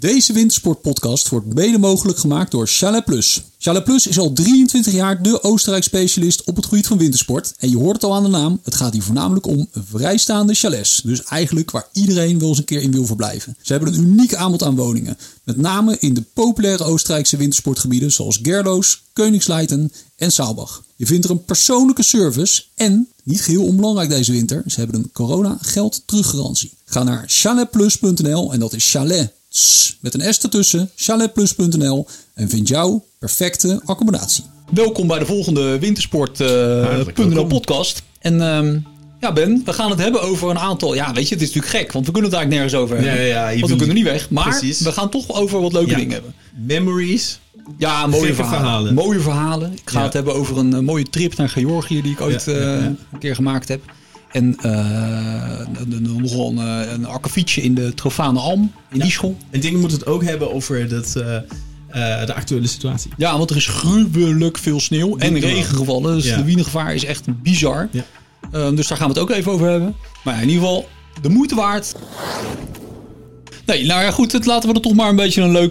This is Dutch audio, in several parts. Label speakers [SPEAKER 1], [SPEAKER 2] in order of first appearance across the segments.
[SPEAKER 1] Deze wintersportpodcast wordt mede mogelijk gemaakt door Chalet Plus. Chalet Plus is al 23 jaar de Oostenrijk specialist op het gebied van wintersport. En je hoort het al aan de naam, het gaat hier voornamelijk om vrijstaande chalets. Dus eigenlijk waar iedereen wel eens een keer in wil verblijven. Ze hebben een uniek aanbod aan woningen. Met name in de populaire Oostenrijkse wintersportgebieden zoals Gerloos, Koningsleiten en Saalbach. Je vindt er een persoonlijke service en, niet geheel onbelangrijk deze winter, ze hebben een corona geld teruggarantie. Ga naar chaletplus.nl en dat is chalet met een S ertussen, chaletplus.nl en vind jouw perfecte accommodatie. Welkom bij de volgende Wintersport.nl podcast. En Ben, we gaan het hebben over een aantal... Ja, weet je, het is natuurlijk gek, want we kunnen het eigenlijk nergens over hebben. Want we kunnen niet weg, maar we gaan toch over wat leuke dingen hebben.
[SPEAKER 2] Memories.
[SPEAKER 1] Ja, mooie verhalen. Mooie verhalen. Ik ga het hebben over een mooie trip naar Georgië die ik ooit een keer gemaakt heb. En nogal een akkefietje in de Trofane Alm in die school.
[SPEAKER 2] En dingen moeten het ook hebben over de actuele situatie.
[SPEAKER 1] Ja, want er is gruwelijk veel sneeuw en regen gevallen. Dus de lawinegevaar is echt bizar. Ja. Dus daar gaan we het ook even over hebben. Maar in ieder geval, de moeite waard. Nee, nou ja, goed. Laten we er toch maar een beetje een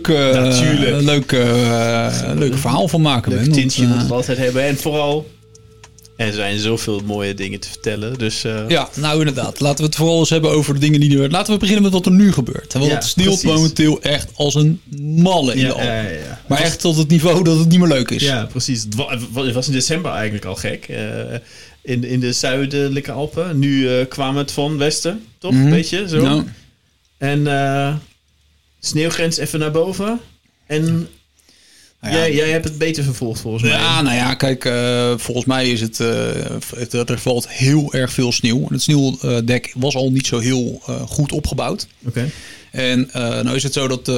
[SPEAKER 1] leuk verhaal van maken.
[SPEAKER 2] Leuk tintje moet het altijd hebben. En vooral... Er zijn zoveel mooie dingen te vertellen. Dus,
[SPEAKER 1] Ja, nou inderdaad. Laten we het vooral eens hebben over de dingen die nu... Laten we beginnen met wat er nu gebeurt. Want het sneeuwt momenteel echt als een malle in de Alpen. Ja. Maar echt tot het niveau dat het niet meer leuk is.
[SPEAKER 2] Ja, precies. Het was in december eigenlijk al gek. In de zuidelijke Alpen. Nu kwam het van westen, toch? Een beetje zo. No. En sneeuwgrens even naar boven. En... Jij hebt het beter vervolgd volgens mij.
[SPEAKER 1] Ja, nou ja, kijk, volgens mij is er valt heel erg veel sneeuw. En het sneeuwdek was al niet zo heel goed opgebouwd.
[SPEAKER 2] Oké.
[SPEAKER 1] En nou is het zo dat,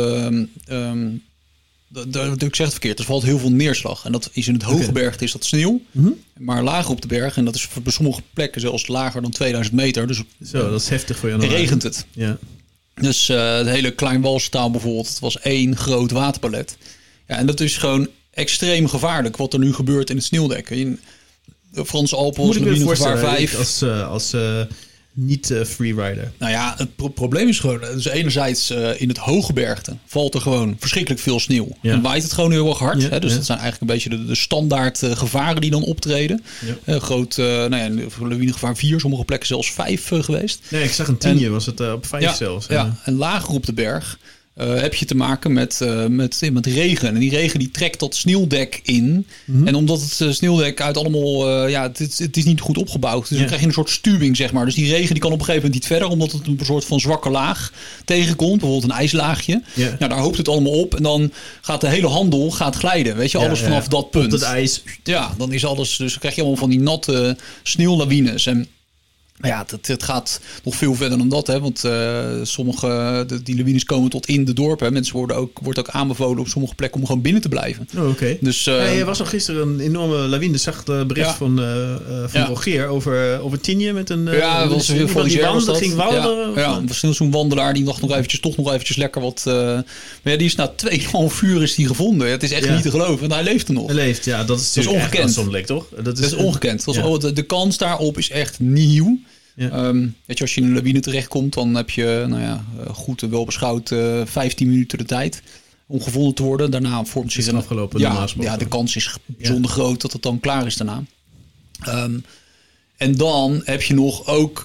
[SPEAKER 1] ik zeg het verkeerd, er valt heel veel neerslag. En dat is in het hooggebergte is dat sneeuw. Mm-hmm. Maar lager op de berg, en dat is bij sommige plekken zelfs lager dan 2000 meter. Dus
[SPEAKER 2] zo, dat is heftig voor januari.
[SPEAKER 1] Regent het.
[SPEAKER 2] Ja.
[SPEAKER 1] Dus het hele Kleinwalstaal bijvoorbeeld, het was 1 groot waterpalet. Ja, en dat is gewoon extreem gevaarlijk wat er nu gebeurt in het sneeuwdek. In de Franse Alpen was lawinegevaar 5.
[SPEAKER 2] Als niet freerider.
[SPEAKER 1] Nou ja, het probleem is gewoon... Dus enerzijds in het hooggebergte valt er gewoon verschrikkelijk veel sneeuw. Ja. En waait het gewoon heel erg hard. Hè? Dus dat zijn eigenlijk een beetje de standaard gevaren die dan optreden. Ja. Groot lawinegevaar 4, sommige plekken zelfs 5 geweest.
[SPEAKER 2] Nee, ik zag een 10 was het op 5 zelfs.
[SPEAKER 1] Ja, en lager op de berg... heb je te maken met regen. En die regen die trekt dat sneeuwdek in. Mm-hmm. En omdat het sneeuwdek uit allemaal... het is niet goed opgebouwd. Dus dan krijg je een soort stuwing, zeg maar. Dus die regen die kan op een gegeven moment niet verder. Omdat het een soort van zwakke laag tegenkomt. Bijvoorbeeld een ijslaagje. Yeah. Nou, daar hoopt het allemaal op. En dan gaat de hele handel glijden. Weet je, alles vanaf dat punt.
[SPEAKER 2] Op het ijs.
[SPEAKER 1] Ja, dan is alles... Dus dan krijg je allemaal van die natte sneeuwlawines. En... Ja, het gaat nog veel verder dan dat. Hè? Want die lawines komen tot in de dorpen. Hè? Mensen wordt ook aanbevolen op sommige plekken om gewoon binnen te blijven.
[SPEAKER 2] Oh, oké.
[SPEAKER 1] Dus,
[SPEAKER 2] je was al gisteren een enorme lawine. Zag het bericht van Rogier over Tienje met een...
[SPEAKER 1] Ja, dat was heel veel
[SPEAKER 2] dat ging wandelen.
[SPEAKER 1] Ja, er was zo'n wandelaar die dacht toch nog eventjes lekker wat... maar ja, die is na 2,5 uur is die gevonden. Het is echt niet te geloven. En hij leeft er nog.
[SPEAKER 2] Hij leeft, ja. Dat is
[SPEAKER 1] ongekend.
[SPEAKER 2] Afzonderlijk, toch?
[SPEAKER 1] Dat is ongekend. De kans daarop is echt nieuw. Ja. Weet je, als je in een lawine terechtkomt, dan heb je goed en wel beschouwd 15 minuten de tijd om gevonden te worden. Daarna vormt zich
[SPEAKER 2] afgelopen.
[SPEAKER 1] Ja, de kans is bijzonder groot dat het dan klaar is daarna. En dan heb je nog ook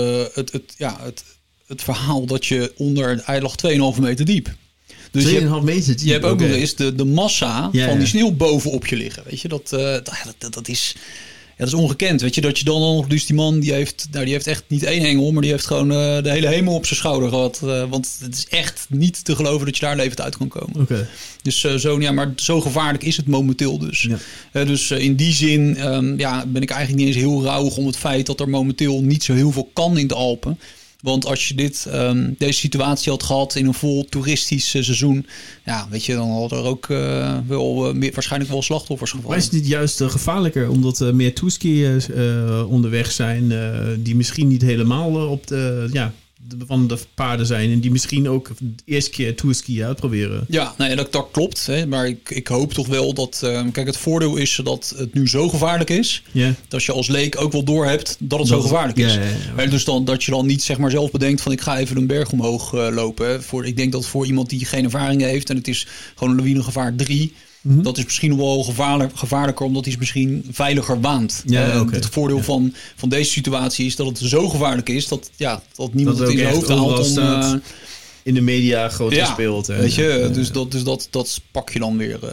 [SPEAKER 1] het verhaal dat je onder het ei lag 2,5 meter diep. Dus
[SPEAKER 2] 2,5 meter diep.
[SPEAKER 1] Je hebt ook nog eens de massa van die sneeuw bovenop je liggen. Weet je, dat is... Ja, dat is ongekend, weet je, dat je dan nog... Dus die man, die heeft echt niet 1 hengel... maar die heeft gewoon de hele hemel op zijn schouder gehad. Want het is echt niet te geloven dat je daar levend uit kan komen.
[SPEAKER 2] Okay.
[SPEAKER 1] Dus maar zo gevaarlijk is het momenteel dus. Ja. Dus in die zin ben ik eigenlijk niet eens heel rauwig om het feit... dat er momenteel niet zo heel veel kan in de Alpen... Want als je deze situatie had gehad in een vol toeristisch seizoen... Ja, weet je, dan hadden er ook waarschijnlijk wel slachtoffers gevallen.
[SPEAKER 2] Maar is het niet juist gevaarlijker omdat meer toeskiërs onderweg zijn... die misschien niet helemaal op de van de paarden zijn. En die misschien ook de eerste keer tourskiën uitproberen.
[SPEAKER 3] Ja, nee, dat klopt. Hè, maar ik hoop toch wel dat... kijk, het voordeel is dat het nu zo gevaarlijk is...
[SPEAKER 2] Yeah.
[SPEAKER 3] dat als je als leek ook wel doorhebt dat het zo gevaarlijk is.
[SPEAKER 2] Ja.
[SPEAKER 3] Dus dat je dan niet zeg maar zelf bedenkt van... ik ga even een berg omhoog lopen. Hè. Ik denk dat voor iemand die geen ervaring heeft... en het is gewoon een lawinegevaar 3... Dat is misschien nog wel gevaarlijker, omdat hij het misschien veiliger waant.
[SPEAKER 2] Ja,
[SPEAKER 3] Het voordeel van deze situatie is dat het zo gevaarlijk is... dat niemand het in zijn hoofd haalt om...
[SPEAKER 2] in de media groter speelt.
[SPEAKER 3] Weet je, dus dat pak je dan weer...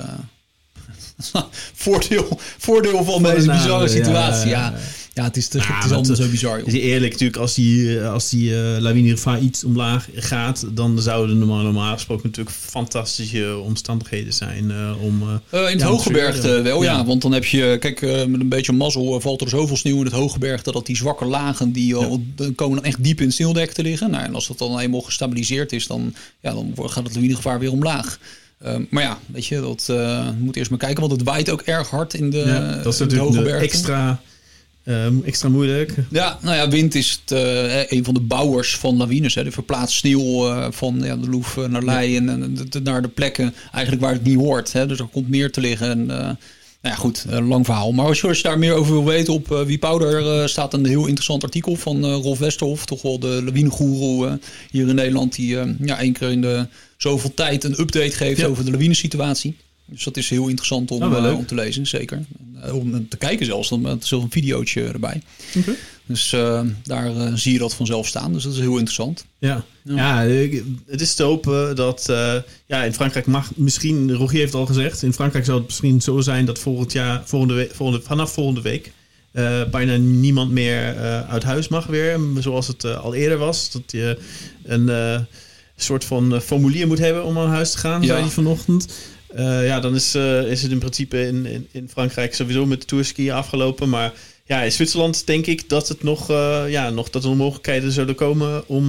[SPEAKER 3] voordeel van deze bizarre situatie. Ja, het is allemaal zo bizar.
[SPEAKER 2] Is eerlijk, natuurlijk, als die lawinegevaar iets omlaag gaat, dan zouden normaal gesproken natuurlijk fantastische omstandigheden zijn om.
[SPEAKER 3] In het hooggebergte wel, ja. Want dan heb je, kijk, met een beetje mazzel valt er zoveel sneeuw in het hooggebergte dat die zwakke lagen komen dan echt diep in het sneeuwdek te liggen. Nou, en als dat dan eenmaal gestabiliseerd is, dan gaat het lawinegevaar weer omlaag. Maar ja, weet je, dat moet eerst maar kijken, want het waait ook erg hard in de
[SPEAKER 2] dat is natuurlijk extra moeilijk.
[SPEAKER 3] Ja, nou ja, wind is een van de bouwers van lawines. Hè. Die verplaatst sneeuw van de Loef naar Lei en naar de plekken eigenlijk waar het niet hoort. Hè. Dus er komt meer te liggen. En, nou ja, goed, lang verhaal. Maar als je daar meer over wil weten, op WePowder staat een heel interessant artikel van Rolf Westerhof. Toch wel de lawinegoeroe hier in Nederland. Die 1 keer in de zoveel tijd een update geeft over de lawinesituatie. Dus dat is heel interessant om te lezen, zeker. Om te kijken zelfs, dan is een videootje erbij. Okay. Dus daar zie je dat vanzelf staan. Dus dat is heel interessant.
[SPEAKER 2] Ja, het is te hopen dat... in Frankrijk mag misschien... Rogier heeft al gezegd... In Frankrijk zou het misschien zo zijn dat vanaf volgende week... bijna niemand meer uit huis mag weer. Zoals het al eerder was. Dat je een soort van formulier moet hebben om naar huis te gaan, zei hij vanochtend. Dan is het in principe in Frankrijk sowieso met de tourskiën afgelopen. Maar ja, in Zwitserland denk ik dat het nog dat er mogelijkheden zullen komen om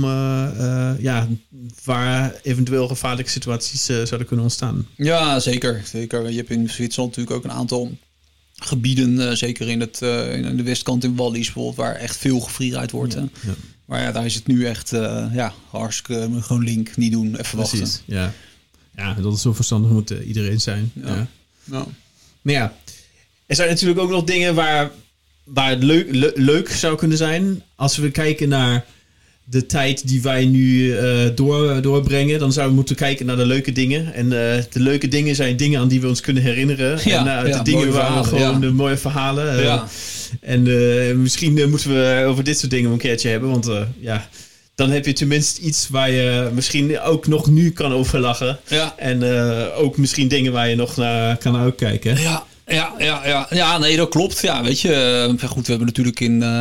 [SPEAKER 2] waar eventueel gevaarlijke situaties zouden kunnen ontstaan. Ja,
[SPEAKER 3] zeker. Je hebt in Zwitserland natuurlijk ook een aantal gebieden, zeker in de westkant in Wallis bijvoorbeeld, waar echt veel gefreeride wordt. Ja. Maar ja, daar is het nu echt hartstikke gewoon link niet doen, even wachten.
[SPEAKER 2] Precies, ja. Ja, dat is zo verstandig, moet iedereen zijn. Ja. Maar ja, er zijn natuurlijk ook nog dingen waar het leuk zou kunnen zijn. Als we kijken naar de tijd die wij nu doorbrengen, dan zouden we moeten kijken naar de leuke dingen. En de leuke dingen zijn dingen aan die we ons kunnen herinneren. De dingen waar we gewoon de mooie verhalen. En misschien moeten we over dit soort dingen een keertje hebben. Want dan heb je tenminste iets waar je misschien ook nog nu kan over lachen. Ja. En ook misschien dingen waar je nog naar kan uitkijken.
[SPEAKER 3] Ja, nee, dat klopt. Ja, weet je, goed, we hebben natuurlijk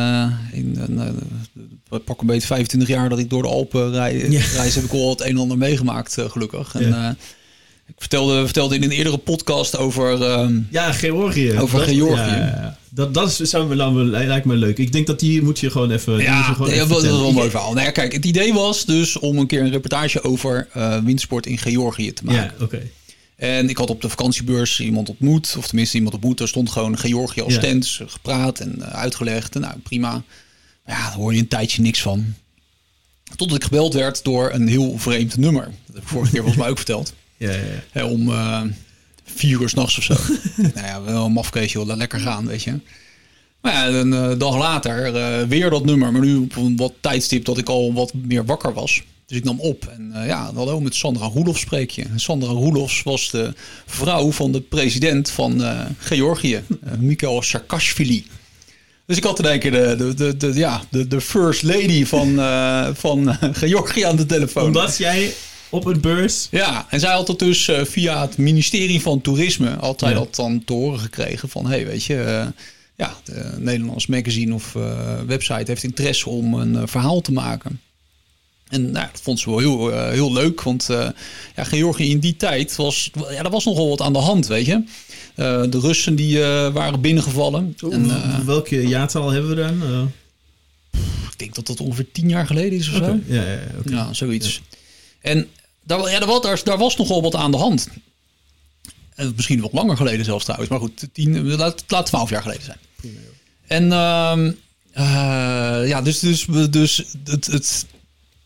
[SPEAKER 3] pak een beetje 25 jaar dat ik door de Alpen reis, heb ik al het een en ander meegemaakt, gelukkig. En ik vertelde in een eerdere podcast over
[SPEAKER 2] Georgië.
[SPEAKER 3] Over Georgië.
[SPEAKER 2] Ja. Dat lijkt me leuk. Ik denk dat die moet je gewoon even...
[SPEAKER 3] dat is wel een mooi verhaal. Nou ja, kijk, het idee was dus om een keer een reportage over windsport in Georgië te maken.
[SPEAKER 2] Ja, oké.
[SPEAKER 3] En ik had op de vakantiebeurs iemand ontmoet. Of tenminste iemand ontmoet. Er stond gewoon Georgië als stand. Dus gepraat en uitgelegd. En nou, prima. Maar ja, daar hoor je een tijdje niks van. Totdat ik gebeld werd door een heel vreemd nummer. Dat heb ik vorige keer volgens mij ook verteld. Ja. Om 4 uur 's nachts of zo. Nou ja, wel een mafkeesje, wel lekker gaan, weet je. Maar ja, een dag later weer dat nummer. Maar nu op een wat tijdstip dat ik al wat meer wakker was. Dus ik nam op en hallo, met Sandra Roelofs spreek je. Sandra Roelofs was de vrouw van de president van Georgië, Mikhail Saakashvili. Dus ik had in één keer de first lady van Georgië aan de telefoon.
[SPEAKER 2] Omdat jij op een beurs...
[SPEAKER 3] Ja, en zij had dat dus via het ministerie van Toerisme altijd dat dan te horen gekregen van... hey, weet je, de Nederlands magazine of website heeft interesse om een verhaal te maken. En dat vond ze wel heel leuk, want Georgië in die tijd er was nogal wat aan de hand, weet je. De Russen die waren binnengevallen.
[SPEAKER 2] Welke jaartal hebben we dan?
[SPEAKER 3] Ik denk dat dat ongeveer 10 jaar geleden is of zo. Ja, zoiets. Ja. En daar was nogal wat aan de hand. Misschien wat langer geleden zelfs trouwens. Maar goed, laat 12 jaar geleden zijn. Prima, en dus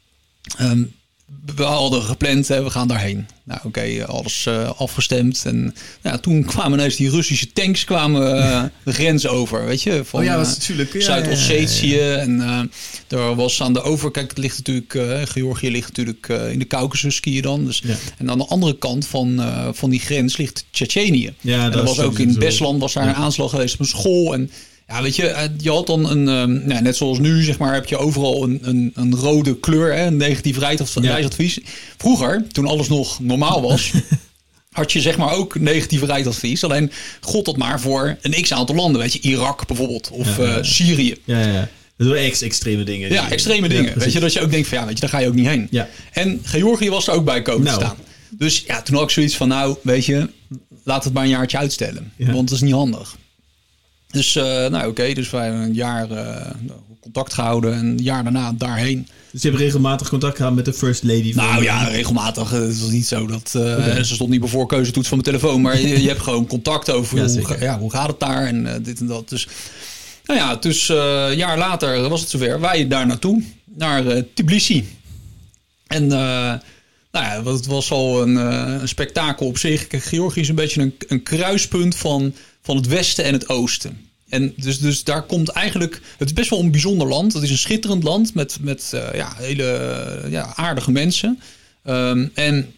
[SPEAKER 3] We hadden gepland, we gaan daarheen. Nou oké, alles afgestemd. En toen kwamen ineens die Russische tanks de grens over, weet je. Van
[SPEAKER 2] was natuurlijk
[SPEAKER 3] Zuid-Ossetië. En er was aan de overkant, het ligt natuurlijk, Georgië ligt natuurlijk in de Caucasus, ski je dan. Dus, en aan de andere kant van die grens ligt Tsjetsjenië.
[SPEAKER 2] Ja,
[SPEAKER 3] en dat was ook in Beslan, was daar een aanslag geweest op een school. En ja, weet je had dan net zoals nu, zeg maar, heb je overal een rode kleur, een negatief reisadvies. Vroeger, toen alles nog normaal was, had je zeg maar ook negatief reisadvies. Alleen gold dat maar voor een x-aantal landen, weet je, Irak bijvoorbeeld, of Syrië.
[SPEAKER 2] Ja. Dat zijn extreme dingen.
[SPEAKER 3] Ja, extreme dingen. Weet je, dat je ook denkt van weet je, daar ga je ook niet heen. Ja. En Georgië was er ook bij komen te staan. Dus toen had ik zoiets van, weet je, laat het maar een jaartje uitstellen. Ja. Want dat is niet handig. Dus dus wij hebben een jaar contact gehouden en een jaar daarna daarheen.
[SPEAKER 2] Dus je hebt regelmatig contact gehad met de First Lady?
[SPEAKER 3] Regelmatig. Het was niet zo dat ze stond niet bij voorkeuzetoets van mijn telefoon, maar je hebt gewoon contact over hoe gaat het daar en dit en dat. Dus een jaar later was het zover. Wij daar naartoe, naar Tbilisi. En het was al een spektakel op zich. Georgië is een beetje een kruispunt van het westen en het oosten. En dus daar komt eigenlijk... Het is best wel een bijzonder land. Het is een schitterend land met hele aardige mensen. En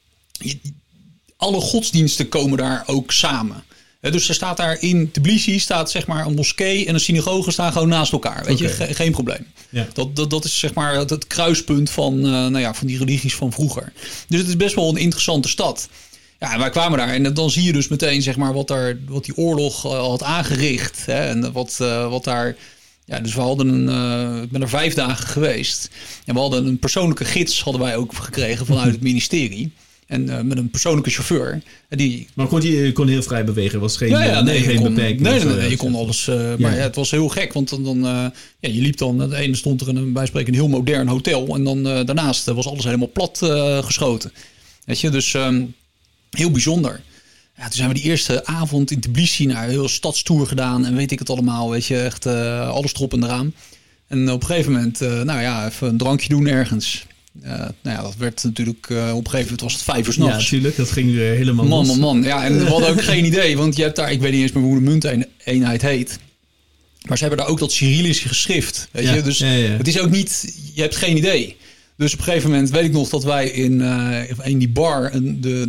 [SPEAKER 3] alle godsdiensten komen daar ook samen. Dus er staat daar in Tbilisi zeg maar een moskee en een synagoge staan gewoon naast elkaar. Weet je, geen probleem. Ja. Dat is zeg maar het kruispunt van die religies van vroeger. Dus het is best wel een interessante stad. Ja, en wij kwamen daar en dan zie je dus meteen zeg maar wat die oorlog had aangericht. Hè, en wat daar... Ja, dus we hadden ik ben er 5 dagen geweest. En we hadden een persoonlijke gids hadden wij ook gekregen vanuit het ministerie. En met een persoonlijke chauffeur.
[SPEAKER 2] Maar je kon heel vrij bewegen? Was geen beperking?
[SPEAKER 3] Nee, je kon alles. Maar het was heel gek. Want je liep dan. Het ene stond er een heel modern hotel. En dan daarnaast was alles helemaal plat geschoten. Weet je, dus heel bijzonder. Ja, toen zijn we die eerste avond in Tbilisi een heel stadstour gedaan. En weet ik het allemaal. Weet je, echt alles erop en eraan. En op een gegeven moment, even een drankje doen ergens. Dat werd natuurlijk op een gegeven moment was het 5 uur 's nachts.
[SPEAKER 2] Ja, natuurlijk. Dat ging helemaal los.
[SPEAKER 3] Man. Ja, en we hadden ook geen idee. Want je hebt daar, ik weet niet eens meer hoe de munteenheid heet. Maar ze hebben daar ook dat Cyrillische geschrift. Weet je? Dus het is ook niet, je hebt geen idee. Dus op een gegeven moment weet ik nog dat wij in die bar de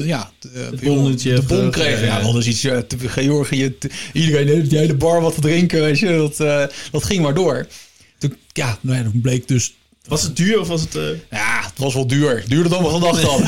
[SPEAKER 3] bon kregen. Ja, we hadden iets Georgië. Iedereen, die hele bar wat te drinken. Weet je, dat ging maar door. Toen, dat bleek dus...
[SPEAKER 2] Was het duur of was het...
[SPEAKER 3] Ja, het was wel duur. Duurder dan we gedacht hadden.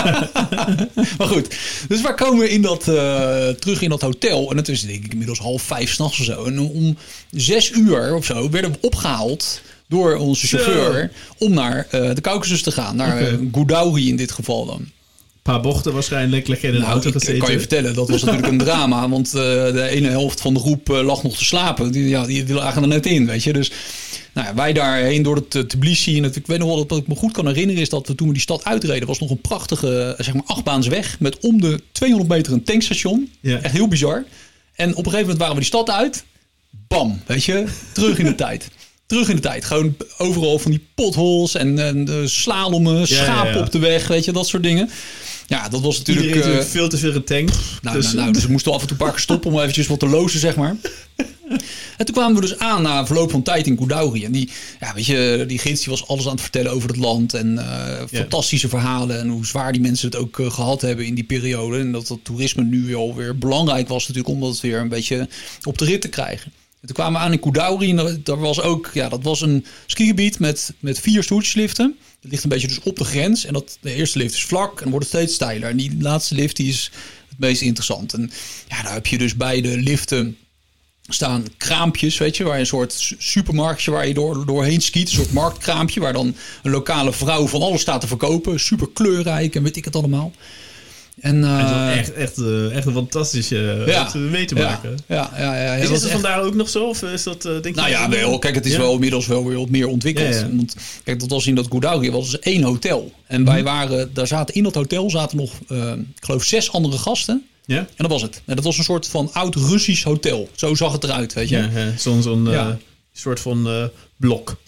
[SPEAKER 3] Maar goed. Dus wij komen terug in dat hotel. En het is denk ik inmiddels 4:30 's nachts of zo. En om 6 uur of zo werden we opgehaald door onze chauffeur om naar de Caucasus te gaan. Naar Goudauri in dit geval dan.
[SPEAKER 2] Een paar bochten waarschijnlijk, leg je in een auto gezeten.
[SPEAKER 3] Ik kan je vertellen, dat was natuurlijk een drama. Want de ene helft van de groep lag nog te slapen. Die lagen er net in, weet je. Dus wij daarheen door het Tbilisi. En ik weet nog wel dat ik me goed kan herinneren is dat we toen we die stad uitreden, was nog een prachtige, zeg maar, 8-baansweg met om de 200 meter een tankstation. Ja. Echt heel bizar. En op een gegeven moment waren we die stad uit. Bam, weet je, terug in de tijd. Terug in de tijd. Gewoon overal van die potholes en slalommen, schapen op de weg, weet je, dat soort dingen. Ja, dat was natuurlijk
[SPEAKER 2] veel te veel getankt.
[SPEAKER 3] Dus we moesten af en toe een paar keer stoppen om eventjes wat te lozen, zeg maar. En toen kwamen we dus aan na verloop van tijd in Goudauri. En die gids die was alles aan het vertellen over het land. En fantastische verhalen. En hoe zwaar die mensen het ook gehad hebben in die periode. En dat toerisme nu alweer belangrijk was natuurlijk om dat weer een beetje op de rit te krijgen. En toen kwamen we aan in Goudauri. En daar was ook, dat was een skigebied met 4 stoeltjesliften. Het ligt een beetje dus op de grens. En de eerste lift is vlak en dan wordt het steeds steiler. En die laatste lift die is het meest interessant. En daar heb je dus bij de liften staan kraampjes, weet je, waar je een soort supermarktje waar je doorheen skiet. Een soort marktkraampje waar dan een lokale vrouw van alles staat te verkopen. Super kleurrijk en weet ik het allemaal. En
[SPEAKER 2] echt een fantastische mee te maken.
[SPEAKER 3] Ja.
[SPEAKER 2] Is het vandaar ook nog zo? Of is dat, denk je?
[SPEAKER 3] Wel. Kijk, het is wel inmiddels wel weer wat meer ontwikkeld. Ja. Want kijk, dat was in dat Goudauri was dus 1 hotel. En wij zaten in dat hotel nog, ik geloof 6 andere gasten. Ja? En dat was het. En dat was een soort van oud Russisch hotel. Zo zag het eruit, weet je.
[SPEAKER 2] Zo'n soort van blok.
[SPEAKER 3] Ja.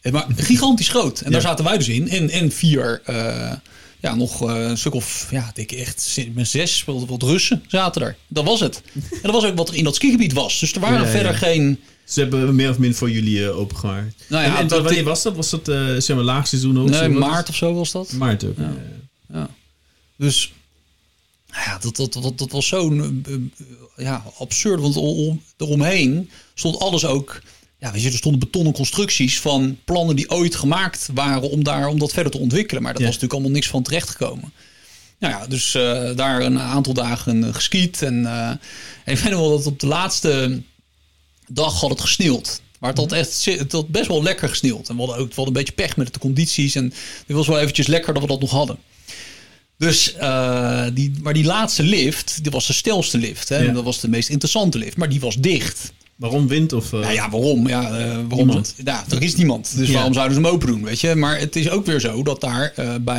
[SPEAKER 3] Maar gigantisch groot. En daar zaten wij dus in. En 4, nog een stuk of, denk ik echt, met 6 wat Russen zaten er. Dat was het. En dat was ook wat er in dat skigebied was. Dus er waren verder geen...
[SPEAKER 2] Ze hebben meer of min voor jullie opengemaakt.
[SPEAKER 3] Nou ja,
[SPEAKER 2] en wanneer was dat? Was dat laagseizoen ook?
[SPEAKER 3] Nee, maart of zo was dat.
[SPEAKER 2] Maart ook.
[SPEAKER 3] Ja. Dus dat was zo'n absurd. Want eromheen stond alles ook... Ja, weet je, er stonden betonnen constructies van plannen die ooit gemaakt waren om dat verder te ontwikkelen. Maar dat was natuurlijk allemaal niks van terechtgekomen. Nou ja, dus daar een aantal dagen geskiet. En ik weet nog wel dat op de laatste dag had het gesneeuwd. Maar het had best wel lekker gesneeuwd. En we hadden een beetje pech met de condities. En het was wel eventjes lekker dat we dat nog hadden. Dus, maar die laatste lift, die was de stelste lift. Hè? En dat was de meest interessante lift. Maar die was dicht.
[SPEAKER 2] Waarom wind? Of,
[SPEAKER 3] waarom? Waarom? Er is niemand. Dus waarom zouden ze hem open doen? Weet je? Maar het is ook weer zo dat daar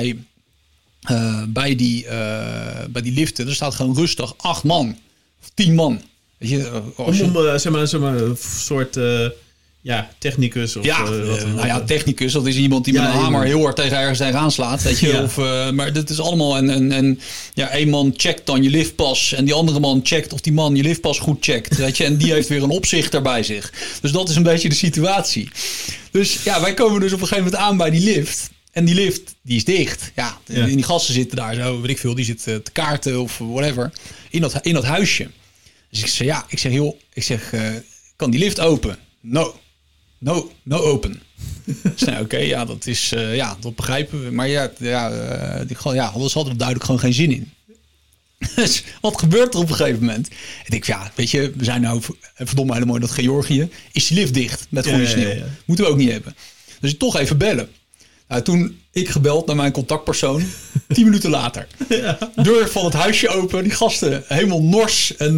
[SPEAKER 3] bij die liften, er staat gewoon rustig 8 man. Of 10 man. Weet je,
[SPEAKER 2] zeg maar een soort technicus. Of,
[SPEAKER 3] technicus, dat is iemand die met een hamer heel hard tegen ergens tegenaan slaat. Weet je? Of, maar dat is allemaal... En één man checkt dan je liftpas en die andere man checkt of die man je liftpas goed checkt. Weet je? En die heeft weer een opzichter bij zich. Dus dat is een beetje de situatie. Dus wij komen dus op een gegeven moment aan bij die lift. En die lift, die is dicht. Ja, en die gasten zitten daar zo, weet ik veel, die zitten te kaarten of whatever. In dat huisje. Dus ik zeg, kan die lift open? No open. Oké, dat is, dat begrijpen we. Maar anders hadden we duidelijk gewoon geen zin in. Dus wat gebeurt er op een gegeven moment? Ik denk, weet je, we zijn nou verdomme hele mooi dat Georgië. Is die lift dicht met goede sneeuw? Ja. Moeten we ook niet hebben. Dus ik toch even bellen. Nou, toen ik gebeld naar mijn contactpersoon, 10 minuten later. Deur van het huisje open, die gasten helemaal nors en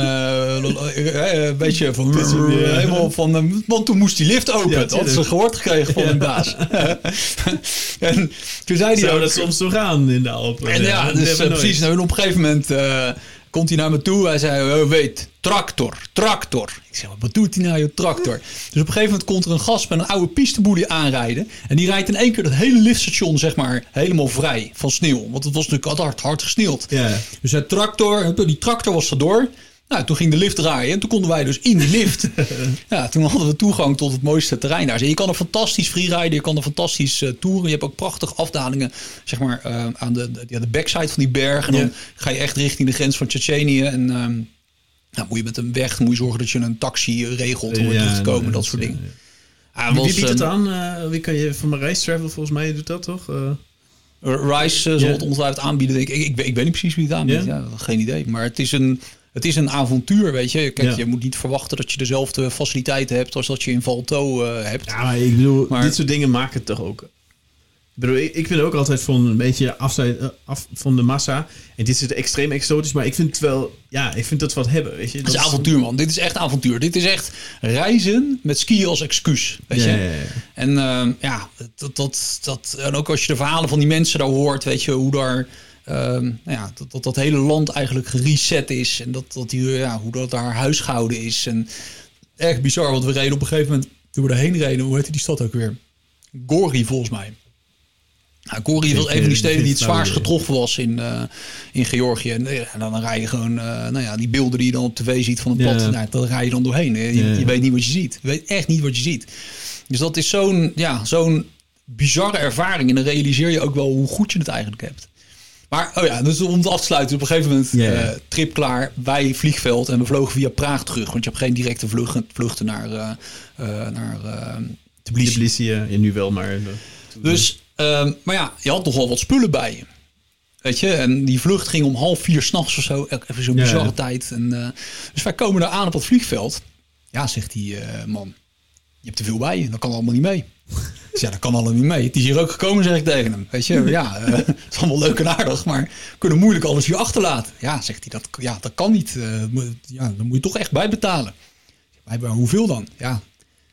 [SPEAKER 3] een beetje van... helemaal van want toen moest die lift open. Dat hadden ze gehoord gekregen van hun baas. En toen zei hij...
[SPEAKER 2] Zou dat soms zo gaan in de Alpen?
[SPEAKER 3] En dus precies. Nou, en op een gegeven moment komt hij naar me toe. Hij zei, weet, tractor. Ik zeg, wat bedoelt hij nou, je tractor? Dus op een gegeven moment komt er een gast met een oude pisteboelie aanrijden. En die rijdt in één keer dat hele liftstation, zeg maar, helemaal vrij van sneeuw. Want het was natuurlijk hard gesneeuwd. Yeah. Dus die tractor was erdoor. Nou, toen ging de lift draaien en toen konden wij dus in die lift. Toen hadden we toegang tot het mooiste terrein daar. Dus je kan er fantastisch freeriden, je kan er fantastisch toeren. Je hebt ook prachtige afdalingen, zeg maar, aan de backside van die berg. En dan ga je echt richting de grens van Tsjetsjenië. En moet je met een weg, moet je zorgen dat je een taxi regelt om terug te komen, dat soort dingen.
[SPEAKER 2] Wie biedt het aan? Wie kan je van mijn Rise Travel, volgens mij doet dat toch?
[SPEAKER 3] Rise zal het ongetwijfeld aanbieden, denk ik. Ik weet niet precies wie het aanbiedt. Ja, geen idee. Maar het is een avontuur, weet je. Kijk, je moet niet verwachten dat je dezelfde faciliteiten hebt als dat je in Valto hebt.
[SPEAKER 2] Ja, maar ik bedoel, dit soort dingen maken het toch ook. Ik vind ook altijd van een beetje af van de massa. En dit is extreem exotisch, maar ik vind het wel... Ja, ik vind dat wat hebben, weet je.
[SPEAKER 3] Het is avontuur, man. Dit is echt avontuur. Dit is echt reizen met skiën als excuus, weet je. Ja. En en ook als je de verhalen van die mensen daar hoort, weet je, hoe daar... dat hele land eigenlijk gereset is. En hoe dat daar huisgehouden is. En echt bizar, want we reden op een gegeven moment... Toen we daarheen reden, hoe heette die stad ook weer? Gori, volgens mij. Nou, Gori was een van die steden die het zwaarst getroffen was in Georgië. En dan rij je gewoon... die beelden die je dan op tv ziet van het pad... daar rij je dan doorheen. Je weet niet wat je ziet. Je weet echt niet wat je ziet. Dus dat is zo'n bizarre ervaring. En dan realiseer je ook wel hoe goed je het eigenlijk hebt. Maar dus om het af te sluiten, op een gegeven moment trip klaar bij vliegveld en we vlogen via Praag terug, want je hebt geen directe vluchten naar
[SPEAKER 2] Tbilisi. Ja, nu wel, maar...
[SPEAKER 3] Dus, maar je had nog wel wat spullen bij je. Weet je, en die vlucht ging om 3:30 s'nachts of zo, even zo'n bizarre tijd. En, dus wij komen daar aan op het vliegveld. Ja, zegt die man, je hebt te veel bij je, dat kan allemaal niet mee. Dus dat kan allemaal niet mee. Het is hier ook gekomen, zeg ik tegen hem. Weet je, het is allemaal leuk en aardig, maar we kunnen moeilijk alles hier achterlaten. Ja, zegt hij, dat kan niet. Dan moet je toch echt bijbetalen. Maar hoeveel dan? Ja,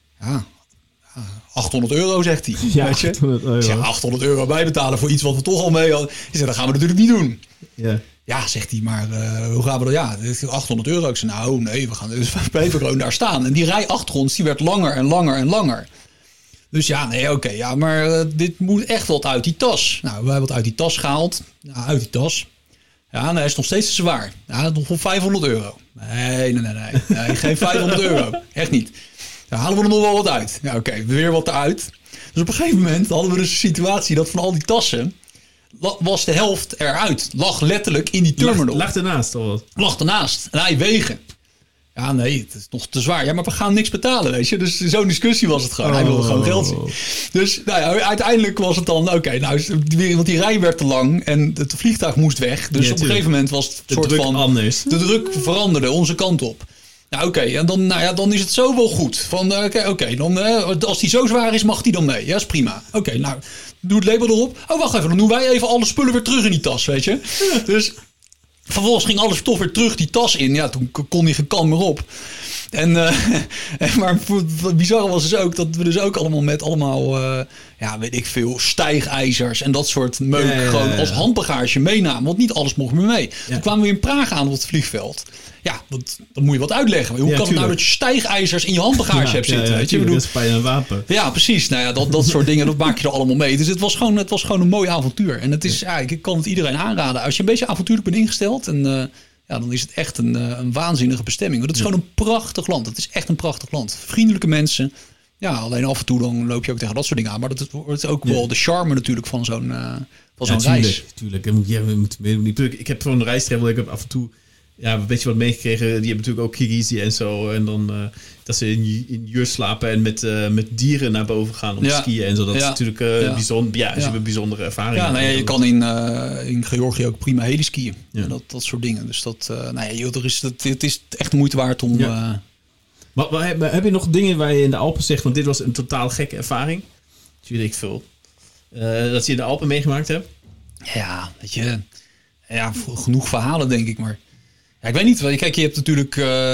[SPEAKER 3] 800 euro, zegt hij.
[SPEAKER 2] Ja,
[SPEAKER 3] weet je?
[SPEAKER 2] 800 euro.
[SPEAKER 3] Zeg, 800 euro bijbetalen voor iets wat we toch al mee hadden. Ik zeg, dat gaan we natuurlijk niet doen.
[SPEAKER 2] Ja.
[SPEAKER 3] Ja, zegt hij, maar hoe gaan we dat? Ja, 800 euro. Ik zeg, nou nee, we gaan dus blijven gewoon daar staan. En die rij achter ons, die werd langer en langer en langer. Dus ja, nee, oké. Ja, maar dit moet echt wat uit die tas. Nou, we hebben wat uit die tas gehaald. Nou, uit die tas. Ja, hij is nog steeds te zwaar. Ja, nog voor €500. Nee, geen €500. Echt niet. Daar halen we er nog wel wat uit. Ja, oké, weer wat eruit. Dus op een gegeven moment hadden we dus een situatie dat van al die tassen was de helft eruit. Lag letterlijk in die terminal.
[SPEAKER 2] Lag ernaast of wat?
[SPEAKER 3] Lag ernaast. En hij wegen. Ja, nee, het is nog te zwaar. Ja, maar we gaan niks betalen, weet je. Dus zo'n discussie was het gewoon. Hij wilde gewoon geld zien. Dus nou ja, uiteindelijk was het dan... Oké, nou, want die rij werd te lang en het vliegtuig moest weg. Dus op een gegeven moment was het soort van...
[SPEAKER 2] anders.
[SPEAKER 3] De druk veranderde onze kant op. Nou, oké, en dan is het zo wel goed. Van, dan, als die zo zwaar is, mag die dan mee. Ja, is prima. Oké, nou, doe het label erop. Oh, wacht even, dan doen wij even alle spullen weer terug in die tas, weet je. Dus... Vervolgens ging alles stof weer terug die tas in. Ja, toen kon hij geen kan meer op. Maar het bizarre was dus ook dat we dus ook allemaal weet ik veel, stijgijzers en dat soort meuk gewoon als handbagage meenamen. Want niet alles mocht meer mee. Ja. Toen kwamen we in Praag aan op het vliegveld. Ja, dan moet je wat uitleggen. Hoe kan het nou dat je stijgijzers in je handbagage hebt zitten? Weet je?
[SPEAKER 2] Dat is bijna een wapen.
[SPEAKER 3] Ja, precies. Nou ja, dat soort dingen, dat maak je er allemaal mee. Dus het was gewoon een mooi avontuur. En het is, ik kan het iedereen aanraden. Als je een beetje avontuurlijk bent ingesteld en... dan is het echt een waanzinnige bestemming. Want het is gewoon een prachtig land. Het is echt een prachtig land. Vriendelijke mensen. Ja, alleen af en toe dan loop je ook tegen dat soort dingen aan. Maar dat is ook wel de charme natuurlijk van zo'n reis.
[SPEAKER 2] Tuurlijk. Ik heb zo'n reistravel. Ik heb af en toe een beetje wat meegekregen. Die hebben natuurlijk ook Kirgizië en zo. En dan dat ze in jur slapen en met dieren naar boven gaan om te skiën en zo. Dat is natuurlijk bijzonder. Ja, ze hebben bijzondere ervaringen.
[SPEAKER 3] Ja, je kan in Georgië ook prima heliskiën. Ja. En dat soort dingen. Dus het is echt de moeite waard om...
[SPEAKER 2] Maar heb je nog dingen waar je in de Alpen zegt... want dit was een totaal gekke ervaring. Natuurlijk veel. Dat je in de Alpen meegemaakt hebt?
[SPEAKER 3] Ja, weet je... Ja, genoeg verhalen denk ik, maar... Ja, ik weet niet. Kijk, je hebt natuurlijk...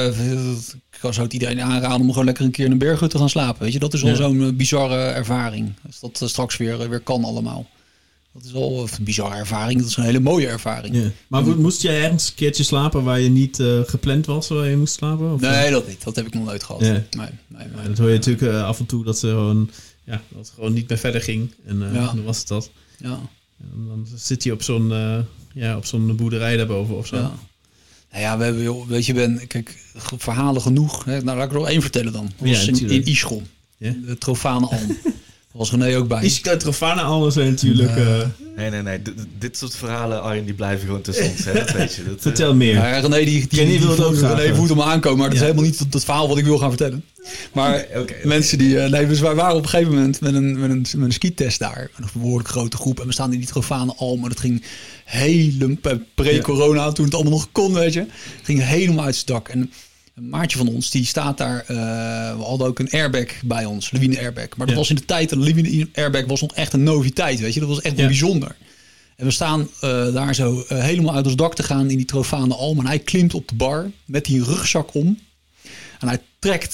[SPEAKER 3] ik zou het iedereen aanraden om gewoon lekker een keer in een berghut te gaan slapen. Weet je, dat is al zo'n bizarre ervaring. Als dat straks weer kan allemaal. Dat is al een bizarre ervaring. Dat is een hele mooie ervaring. Ja.
[SPEAKER 2] Maar moest jij ergens een keertje slapen waar je niet gepland was waar je moest slapen? Of
[SPEAKER 3] nee, dat niet. Dat heb ik nog nooit gehad.
[SPEAKER 2] Ja. Nee. Dat hoor je natuurlijk af en toe dat ze gewoon niet meer verder ging. En dan was het dat. Ja. En dan zit je op zo'n boerderij daarboven of zo. Ja.
[SPEAKER 3] Nou ja, we hebben, weet je, kijk, verhalen genoeg. Hè? Nou, laat ik er nog één vertellen dan. Dat was in Ischgl. Ja? De Trofanenalm. Daar was René ook bij.
[SPEAKER 2] Ischgl, Trofanenalm zijn natuurlijk...
[SPEAKER 4] Nee. Dit soort verhalen, Arjen, die blijven gewoon tussen ons. Hè? Dat weet je.
[SPEAKER 2] Vertel meer.
[SPEAKER 3] Nou ja, René, die voelt hem aankomen. Maar dat is helemaal niet het verhaal wat ik wil gaan vertellen. Maar mensen die... dus wij waren op een gegeven moment met een skitest daar. Met een behoorlijk grote groep. En we staan in die Trofanenalm. En dat ging helemaal pre-corona, toen het allemaal nog kon, weet je. Het ging helemaal uit zijn dak. En een maatje van ons, die staat daar... we hadden ook een airbag bij ons, lawine airbag. Maar dat was in de tijd, een lawine airbag was nog echt een noviteit, weet je. Dat was echt wel bijzonder. En we staan daar zo helemaal uit ons dak te gaan in die Trofanenalm. En hij klimt op de bar met die rugzak om. En hij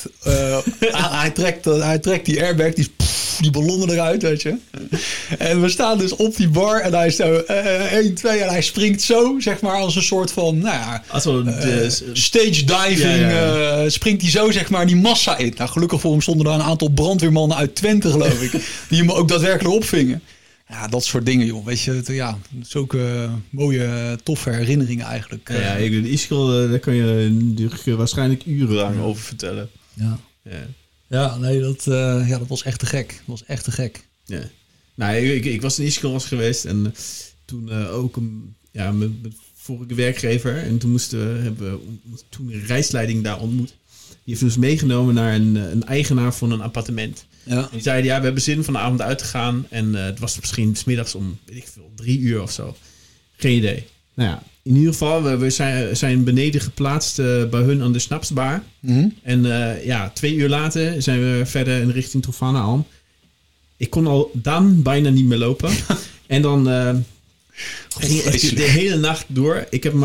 [SPEAKER 3] trekt die airbag, die ballonnen eruit, weet je. En we staan dus op die bar en hij is zo 1, 2 en hij springt zo, zeg maar, als een soort van, stage diving, springt hij zo, zeg maar, die massa in. Nou, gelukkig voor hem stonden daar een aantal brandweermannen uit Twente, geloof ik, die hem ook daadwerkelijk opvingen. Ja, dat soort dingen, joh. Weet je, zulke mooie, toffe herinneringen eigenlijk.
[SPEAKER 2] In Ischgl, daar kan je waarschijnlijk urenlang over vertellen.
[SPEAKER 3] Ja, nee, dat was echt te gek. Dat was echt te gek.
[SPEAKER 2] Ja. Nou, ik was in Ischgl geweest en toen ook mijn vorige werkgever. En toen hebben we toen een reisleiding daar ontmoet. Die heeft ons meegenomen naar een eigenaar van een appartement. Ja. En die zeiden, we hebben zin van de avond uit te gaan. En het was misschien 's middags om, 3 uur of zo. Geen idee. Nou ja, in ieder geval, we zijn beneden geplaatst bij hun aan de Snapsbar. Mm-hmm. En 2 uur later zijn we verder in richting Trofanenalm. Ik kon al dan bijna niet meer lopen. En dan ging ik de hele nacht door. Ik heb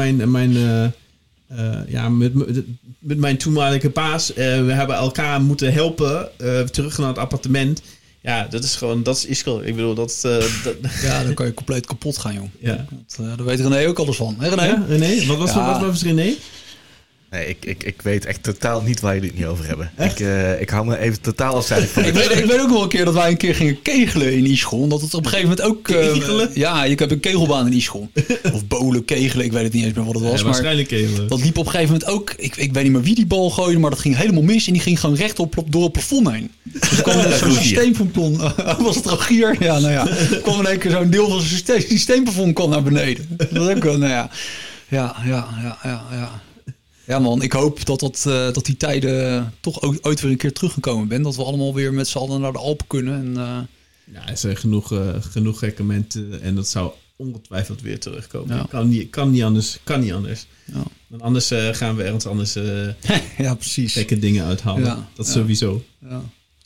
[SPEAKER 2] met mijn toenmalige baas, we hebben elkaar moeten helpen terug naar het appartement. Ja, dat is Ischgl. Ik bedoel,
[SPEAKER 3] Ja, dan kan je compleet kapot gaan, joh. Ja. Daar weet René ook alles van. Hè, René?
[SPEAKER 2] Ja, René? Wat was René?
[SPEAKER 4] Nee, ik weet echt totaal niet waar jullie het niet over hebben. Ik hou me even totaal afzijdig van.
[SPEAKER 3] Ik weet ook wel een keer dat wij een keer gingen kegelen in Ischel. Omdat het op een gegeven moment ook...
[SPEAKER 2] Kegelen?
[SPEAKER 3] Ja, je hebt een kegelbaan in Ischel. Of bolen, kegelen, ik weet het niet eens meer wat het was.
[SPEAKER 2] Ja, waarschijnlijk kegelen.
[SPEAKER 3] Dat liep op een gegeven moment ook... Ik weet niet meer wie die bal gooide, maar dat ging helemaal mis. En die ging gewoon recht door het plafond heen. Dus er kwam zo'n systeemplafond... Was het Rogier? Ja, nou ja. Er kwam in één keer zo'n deel van zijn systeemplafond kwam naar beneden. Dat was ook wel, nou ja. Ja. Ja man, ik hoop dat die tijden toch ook ooit weer een keer teruggekomen ben. Dat we allemaal weer met z'n allen naar de Alpen kunnen. En,
[SPEAKER 2] Ja, er zijn genoeg gekke momenten en dat zou ongetwijfeld weer terugkomen.
[SPEAKER 3] Ja.
[SPEAKER 2] Kan niet anders.
[SPEAKER 3] Ja.
[SPEAKER 2] Want anders gaan we ergens anders
[SPEAKER 3] ja, precies.
[SPEAKER 2] gekke dingen uithalen.
[SPEAKER 3] Ja,
[SPEAKER 2] Dat
[SPEAKER 3] ja.
[SPEAKER 2] sowieso.
[SPEAKER 3] Ja.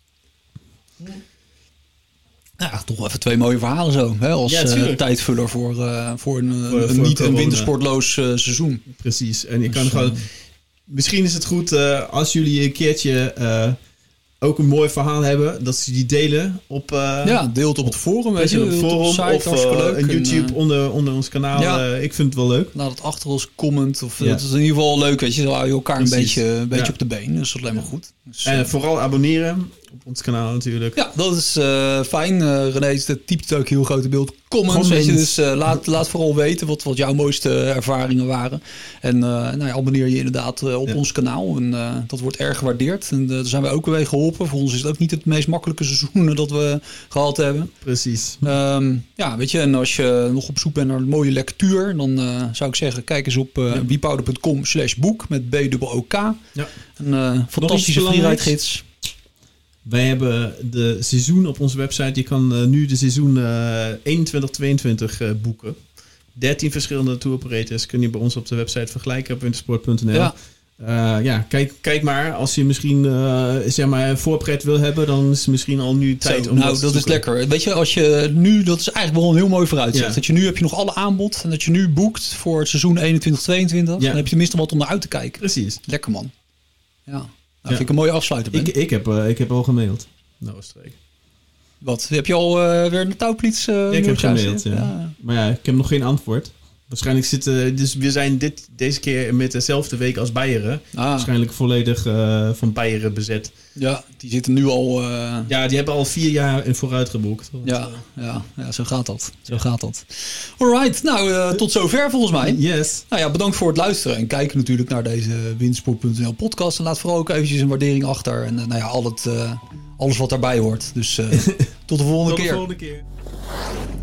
[SPEAKER 3] Ja, toch wel even 2 mooie verhalen zo. Hè, als tijdvuller voor een niet een wintersportloos seizoen.
[SPEAKER 2] Precies. En je kan gewoon... Misschien is het goed als jullie een keertje ook een mooi verhaal hebben, dat ze die delen op...
[SPEAKER 3] deel het op het forum, weet je.
[SPEAKER 2] Op het forum
[SPEAKER 3] site,
[SPEAKER 2] of
[SPEAKER 3] leuk.
[SPEAKER 2] een YouTube onder ons kanaal.
[SPEAKER 3] Ja.
[SPEAKER 2] Ik vind het wel leuk.
[SPEAKER 3] Laat het achter als comment. Of
[SPEAKER 2] Ja.
[SPEAKER 3] dat is in ieder geval leuk, weet je. Dan hou je elkaar
[SPEAKER 2] Precies.
[SPEAKER 3] een beetje
[SPEAKER 2] Ja.
[SPEAKER 3] op de been. Dus dat is alleen maar goed. Dus,
[SPEAKER 2] En vooral abonneren op ons kanaal natuurlijk.
[SPEAKER 3] ja, dat is fijn. René typt ook heel grote beeld comments. Weet je, dus laat vooral weten wat jouw mooiste ervaringen waren. En abonneer je inderdaad op ons kanaal. En dat wordt erg gewaardeerd. En daar zijn wij ook weer geholpen. Voor ons is het ook niet het meest makkelijke seizoen dat we gehad hebben.
[SPEAKER 2] Precies.
[SPEAKER 3] Weet je, en als je nog op zoek bent naar een mooie lectuur, dan zou ik zeggen, kijk eens op wiepouder.com/boek met BOOK.
[SPEAKER 2] Ja.
[SPEAKER 3] Een fantastische freeridegids.
[SPEAKER 2] Wij hebben de seizoen op onze website. Je kan nu de seizoen 21-22 boeken. 13 verschillende tour operators kun je bij ons op de website vergelijken op wintersport.nl.
[SPEAKER 3] Ja.
[SPEAKER 2] Kijk maar. Als je misschien een voorpret wil hebben, dan is het misschien al nu tijd om
[SPEAKER 3] dat is lekker. Weet je, als je nu, dat is eigenlijk wel een heel mooi vooruitzicht.
[SPEAKER 2] Ja.
[SPEAKER 3] Dat je nu heb je nog alle aanbod en dat je nu boekt voor het seizoen 21-22. Dan heb je tenminste wat om naar uit te kijken.
[SPEAKER 2] Precies.
[SPEAKER 3] Lekker man. Ja. Vind ik een mooie afsluiter. Ben.
[SPEAKER 2] Ik heb al gemaild. Nou, Oostenrijk.
[SPEAKER 3] Wat? Heb je al weer een touwpliets?
[SPEAKER 2] Ik heb gemaild, ja. Maar ja, ik heb nog geen antwoord. Waarschijnlijk dus we zijn deze keer met dezelfde week als Beieren. Waarschijnlijk volledig van Beieren bezet.
[SPEAKER 3] Ja, die zitten nu al...
[SPEAKER 2] Ja, die hebben al 4 jaar in vooruit geboekt.
[SPEAKER 3] Ja, zo gaat dat. Gaat dat. Alright, tot zover volgens mij.
[SPEAKER 2] Yes.
[SPEAKER 3] Nou ja, bedankt voor het luisteren en kijken natuurlijk naar deze Wintersport.nl podcast. En laat vooral ook eventjes een waardering achter. En alles wat daarbij hoort. Dus tot de volgende keer.